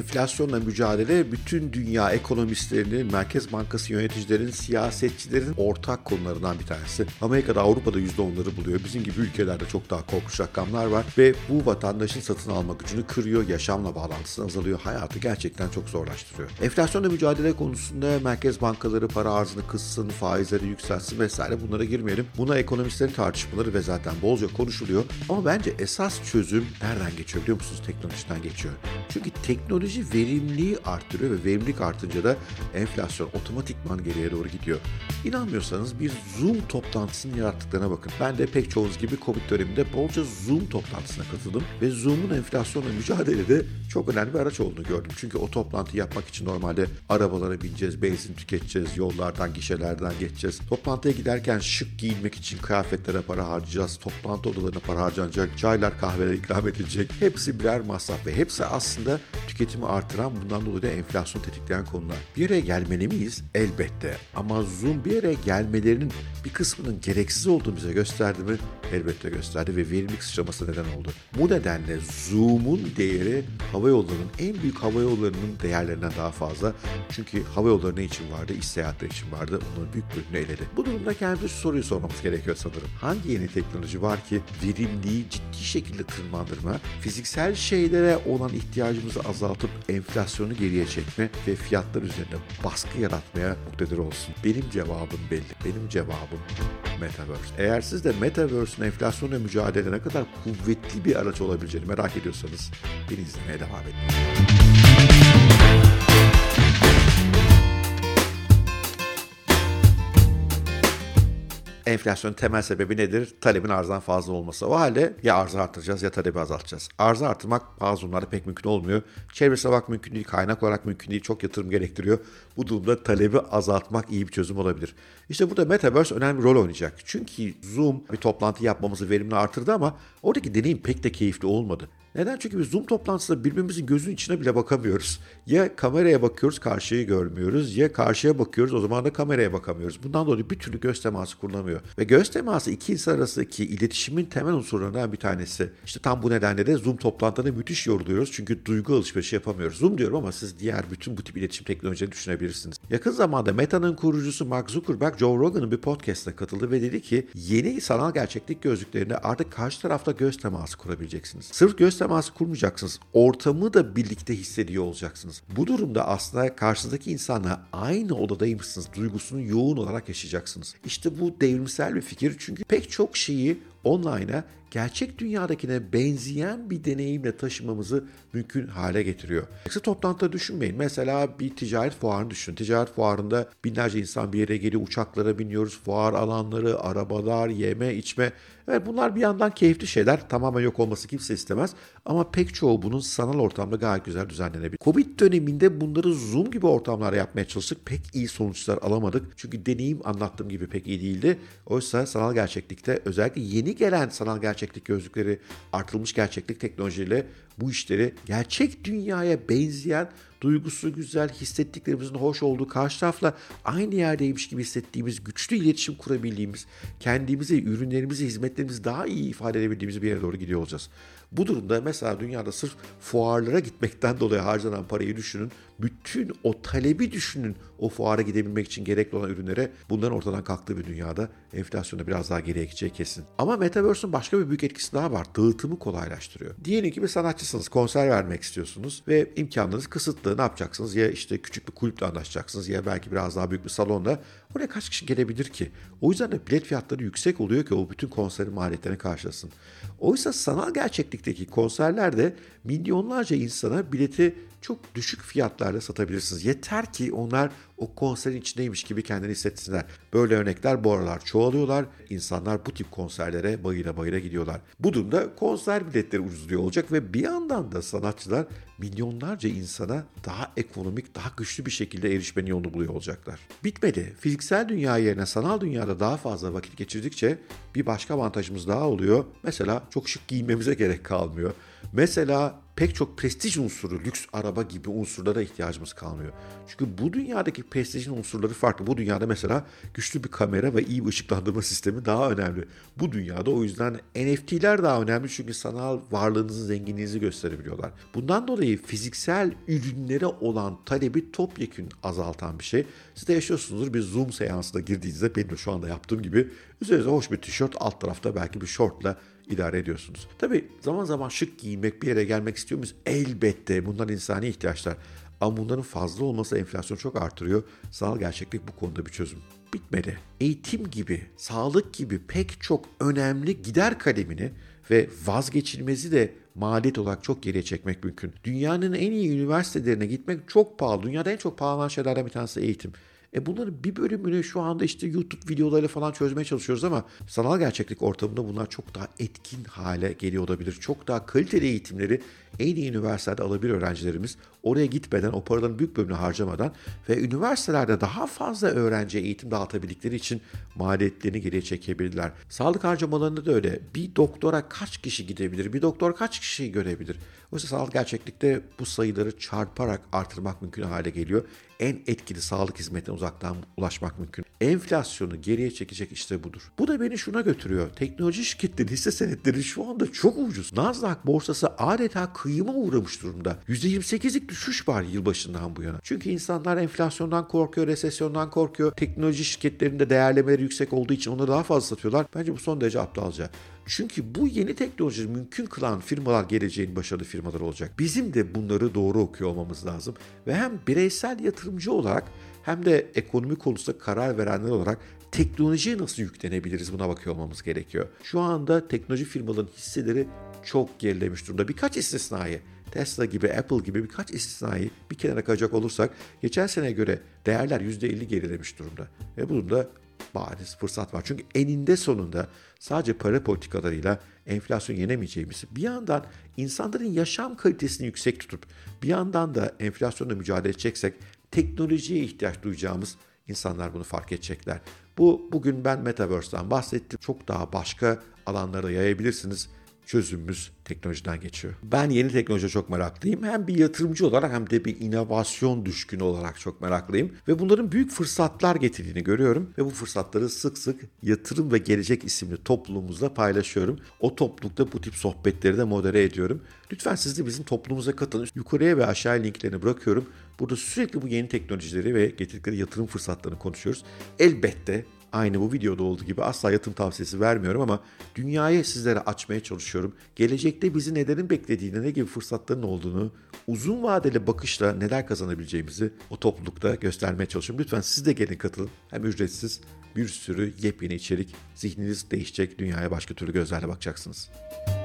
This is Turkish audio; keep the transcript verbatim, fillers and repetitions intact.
Enflasyonla mücadele bütün dünya ekonomistlerinin, Merkez Bankası yöneticilerin, siyasetçilerin ortak konularından bir tanesi. Amerika'da, Avrupa'da yüzde onları buluyor. Bizim gibi ülkelerde çok daha korkunç rakamlar var ve bu vatandaşın satın alma gücünü kırıyor, yaşamla bağlantısını azalıyor, hayatı gerçekten çok zorlaştırıyor. Enflasyonla mücadele konusunda merkez bankaları para arzını kıssın, faizleri yükselsin vesaire, bunlara girmeyelim. Buna ekonomistlerin tartışmaları ve zaten bolca konuşuluyor. Ama bence esas çözüm nereden geçiyor biliyor musunuz? Teknolojiden geçiyor. Çünkü teknoloji verimliliği arttırıyor ve verimlilik artınca da enflasyon otomatikman geriye doğru gidiyor. İnanmıyorsanız bir Zoom toplantısının yarattıklarına bakın. Ben de pek çoğunuz gibi Covid döneminde bolca Zoom toplantısına katıldım ve Zoom'un enflasyonla mücadelede çok önemli bir araç olduğunu gördüm. Çünkü o toplantıyı yapmak için normalde arabalara bineceğiz, benzin tüketeceğiz, yollardan, gişelerden geçeceğiz. Toplantıya giderken şık giyinmek için kıyafetlere para harcayacağız, toplantı odalarına para harcanacak, çaylar, kahveler ikram edilecek. Hepsi birer masraf ve hepsi aslında tüketimi artıran, bundan dolayı da enflasyon tetikleyen konular. Bir yere gelmeli miyiz? Elbette. Ama Zoom bir yere gelmelerinin bir kısmının gereksiz olduğunu bize gösterdi mi? Elbette gösterdi ve verimlilik sıçraması neden oldu. Bu nedenle Zoom'un değeri havayollarının, en büyük havayollarının değerlerinden daha fazla. Çünkü havayolları ne için vardı? İş seyahatleri için vardı. Onların büyük bölümünü eledi. Bu durumda kendimize şu soruyu sormamız gerekiyor sanırım. Hangi yeni teknoloji var ki verimliliği ciddi şekilde tırmandırma, fiziksel şeylere olan ihtiyacımızı azaltıp enflasyonu geriye çekme ve fiyatlar üzerinde baskı yaratmaya muktedir olsun? Benim cevabım belli. Benim cevabım Metaverse. Eğer siz de Metaverse'ün enflasyonla mücadele ne kadar kuvvetli bir araç olabileceğini merak ediyorsanız beni izlemeye devam edin. Enflasyonun temel sebebi nedir? Talebin arzdan fazla olması. O halde ya arzı artıracağız ya talebi azaltacağız. Arzı artırmak bazı durumlarda pek mümkün olmuyor. Çevresel olarak mümkün değil, kaynak olarak mümkün değil, çok yatırım gerektiriyor. Bu durumda talebi azaltmak iyi bir çözüm olabilir. İşte burada Metaverse önemli bir rol oynayacak. Çünkü Zoom bir toplantı yapmamızı verimli artırdı ama oradaki deneyim pek de keyifli olmadı. Neden? Çünkü biz Zoom toplantısında birbirimizin gözünün içine bile bakamıyoruz. Ya kameraya bakıyoruz, karşıyı görmüyoruz. Ya karşıya bakıyoruz, o zaman da kameraya bakamıyoruz. Bundan dolayı bir türlü göz teması kurulamıyor. Ve göz teması iki insan arasındaki iletişimin temel unsurlarından bir tanesi. İşte tam bu nedenle de Zoom toplantılarında müthiş yoruluyoruz. Çünkü duygu alışverişi yapamıyoruz. Zoom diyorum ama siz diğer bütün bu tip iletişim teknolojilerini düşünebilirsiniz. Yakın zamanda Meta'nın kurucusu Mark Zuckerberg, Joe Rogan'ın bir podcast'ına katıldı ve dedi ki yeni sanal gerçeklik gözlüklerinde artık karşı tarafta göz teması kurabileceksiniz. Sırf göz teması kurmayacaksınız. Ortamı da birlikte hissediyor olacaksınız. Bu durumda aslında karşınızdaki insanla aynı odadaymışsınız duygusunu yoğun olarak yaşayacaksınız. İşte bu devrimsel bir fikir çünkü pek çok şeyi online'a, gerçek dünyadakine benzeyen bir deneyimle taşımamızı mümkün hale getiriyor. Yoksa toplantıda düşünmeyin. Mesela bir ticaret fuarını düşünün. Ticaret fuarında binlerce insan bir yere geliyor, uçaklara biniyoruz, fuar alanları, arabalar, yeme, içme. Evet, bunlar bir yandan keyifli şeyler. Tamamen yok olması kimse istemez. Ama pek çoğu bunun sanal ortamda gayet güzel düzenlenebilir. Covid döneminde bunları Zoom gibi ortamlarda yapmaya çalıştık. Pek iyi sonuçlar alamadık. Çünkü deneyim anlattığım gibi pek iyi değildi. Oysa sanal gerçeklikte özellikle yeni gelen sanal gerçeklik gözlükleri, artırılmış gerçeklik teknolojiyle bu işleri gerçek dünyaya benzeyen, duygusu güzel, hissettiklerimizin hoş olduğu, karşı tarafla aynı yerdeymiş gibi hissettiğimiz, güçlü iletişim kurabildiğimiz, kendimizi, ürünlerimizi, hizmetlerimizi daha iyi ifade edebildiğimiz bir yere doğru gidiyor olacağız. Bu durumda mesela dünyada sırf fuarlara gitmekten dolayı harcanan parayı düşünün. Bütün o talebi düşünün, o fuara gidebilmek için gerekli olan ürünlere. Bunların ortadan kalktığı bir dünyada enflasyonda biraz daha geriye gideceği kesin. Ama Metaverse'ün başka bir büyük etkisi daha var. Dağıtımı kolaylaştırıyor. Diyelim ki bir sanatçısınız, konser vermek istiyorsunuz ve imkanlarınız kısıtlı. Ne yapacaksınız? Ya işte küçük bir kulüple anlaşacaksınız ya belki biraz daha büyük bir salonda. Oraya kaç kişi gelebilir ki? O yüzden de bilet fiyatları yüksek oluyor ki o bütün konserin maliyetlerini karşılasın. Oysa sanal gerçeklikteki konserlerde milyonlarca insana bileti çok düşük fiyatlarla satabilirsiniz. Yeter ki onlar o konserin içindeymiş gibi kendini hissetsinler. Böyle örnekler bu aralar çoğalıyorlar. İnsanlar bu tip konserlere bayıla bayıla gidiyorlar. Bu durumda konser biletleri ucuzluyor olacak ve bir yandan da sanatçılar milyonlarca insana daha ekonomik, daha güçlü bir şekilde erişmenin yolunu buluyor olacaklar. Bitmedi. Fiziksel dünya yerine sanal dünyada daha fazla vakit geçirdikçe bir başka avantajımız daha oluyor. Mesela çok şık giyinmemize gerek kalmıyor. Mesela pek çok prestij unsuru, lüks araba gibi unsurlara ihtiyacımız kalmıyor. Çünkü bu dünyadaki prestijin unsurları farklı. Bu dünyada mesela güçlü bir kamera ve iyi bir ışıklandırma sistemi daha önemli. Bu dünyada o yüzden N F T'ler daha önemli çünkü sanal varlığınızın zenginliğinizi gösterebiliyorlar. Bundan dolayı fiziksel ürünlere olan talebi topyekün azaltan bir şey. Siz de yaşıyorsunuzdur, bir Zoom seansına girdiğinizde benim de şu anda yaptığım gibi üzerinize hoş bir tişört, alt tarafta belki bir şortla idare ediyorsunuz. Tabii zaman zaman şık giyinmek, bir yere gelmek istiyor muyuz? Elbette bunlar insani ihtiyaçlar. Ama bunların fazla olması enflasyonu çok artırıyor. Sanal gerçeklik bu konuda bir çözüm. Bitmedi. Eğitim gibi, sağlık gibi pek çok önemli gider kalemini ve vazgeçilmezi de maliyet olarak çok geriye çekmek mümkün. Dünyanın en iyi üniversitelerine gitmek çok pahalı. Dünyada en çok pahalı şeylerden bir tanesi eğitim. E bunların bir bölümünü şu anda işte YouTube videolarıyla falan çözmeye çalışıyoruz ama sanal gerçeklik ortamında bunlar çok daha etkin hale geliyor olabilir. Çok daha kaliteli eğitimleri en iyi üniversitelerde alabilir öğrencilerimiz. Oraya gitmeden, o paraların büyük bölümünü harcamadan ve üniversitelerde daha fazla öğrenciye eğitim dağıtabildikleri için maliyetlerini geriye çekebilirler. Sağlık harcamalarında da öyle. Bir doktora kaç kişi gidebilir? Bir doktor kaç kişiyi görebilir? Oysa sağlık gerçeklikte bu sayıları çarparak artırmak mümkün hale geliyor. En etkili sağlık hizmetine uzaktan ulaşmak mümkün. Enflasyonu geriye çekecek işte budur. Bu da beni şuna götürüyor. Teknoloji şirketleri hisse senetleri şu anda çok ucuz. Nasdaq borsası adeta kıyıma uğramış durumda. yüzde yirmi sekizlik düşüş var yılbaşından bu yana. Çünkü insanlar enflasyondan korkuyor, resesyondan korkuyor. Teknoloji şirketlerinde değerlemeleri yüksek olduğu için onları daha fazla satıyorlar. Bence bu son derece aptalca. Çünkü bu yeni teknolojiyi mümkün kılan firmalar geleceğin başarılı firmalar olacak. Bizim de bunları doğru okuyor olmamız lazım. Ve hem bireysel yatırımcı olarak hem de ekonomi konusunda karar verenler olarak teknolojiye nasıl yüklenebiliriz buna bakıyor olmamız gerekiyor. Şu anda teknoloji firmalarının hisseleri çok gerilemiş durumda. Birkaç istisnai, Tesla gibi, Apple gibi birkaç istisnai bir kenara koyacak olursak geçen seneye göre değerler yüzde elli gerilemiş durumda. Ve bunun da bariz fırsat var. Çünkü eninde sonunda sadece para politikalarıyla enflasyon yenemeyeceğimizi, bir yandan insanların yaşam kalitesini yüksek tutup bir yandan da enflasyonla mücadele edeceksek teknolojiye ihtiyaç duyacağımız insanlar bunu fark edecekler. Bu bugün ben Metaverse'den bahsettim. Çok daha başka alanlara yayabilirsiniz. Çözümümüz teknolojiden geçiyor. Ben yeni teknolojiye çok meraklıyım. Hem bir yatırımcı olarak hem de bir inovasyon düşkünü olarak çok meraklıyım. Ve bunların büyük fırsatlar getirdiğini görüyorum. Ve bu fırsatları sık sık Yatırım ve Gelecek isimli topluluğumuzla paylaşıyorum. O toplulukta bu tip sohbetleri de modere ediyorum. Lütfen siz de bizim topluluğumuza katılın. Yukarıya ve aşağıya linklerini bırakıyorum. Burada sürekli bu yeni teknolojileri ve getirdikleri yatırım fırsatlarını konuşuyoruz. Elbette aynı bu videoda olduğu gibi asla yatırım tavsiyesi vermiyorum ama dünyayı sizlere açmaya çalışıyorum. Gelecekte bizi nelerin beklediğini, ne gibi fırsatların olduğunu, uzun vadeli bakışla neler kazanabileceğimizi o toplulukta göstermeye çalışıyorum. Lütfen siz de gelin katılın. Hem ücretsiz bir sürü yepyeni içerik, zihniniz değişecek, dünyaya başka türlü gözlerle bakacaksınız.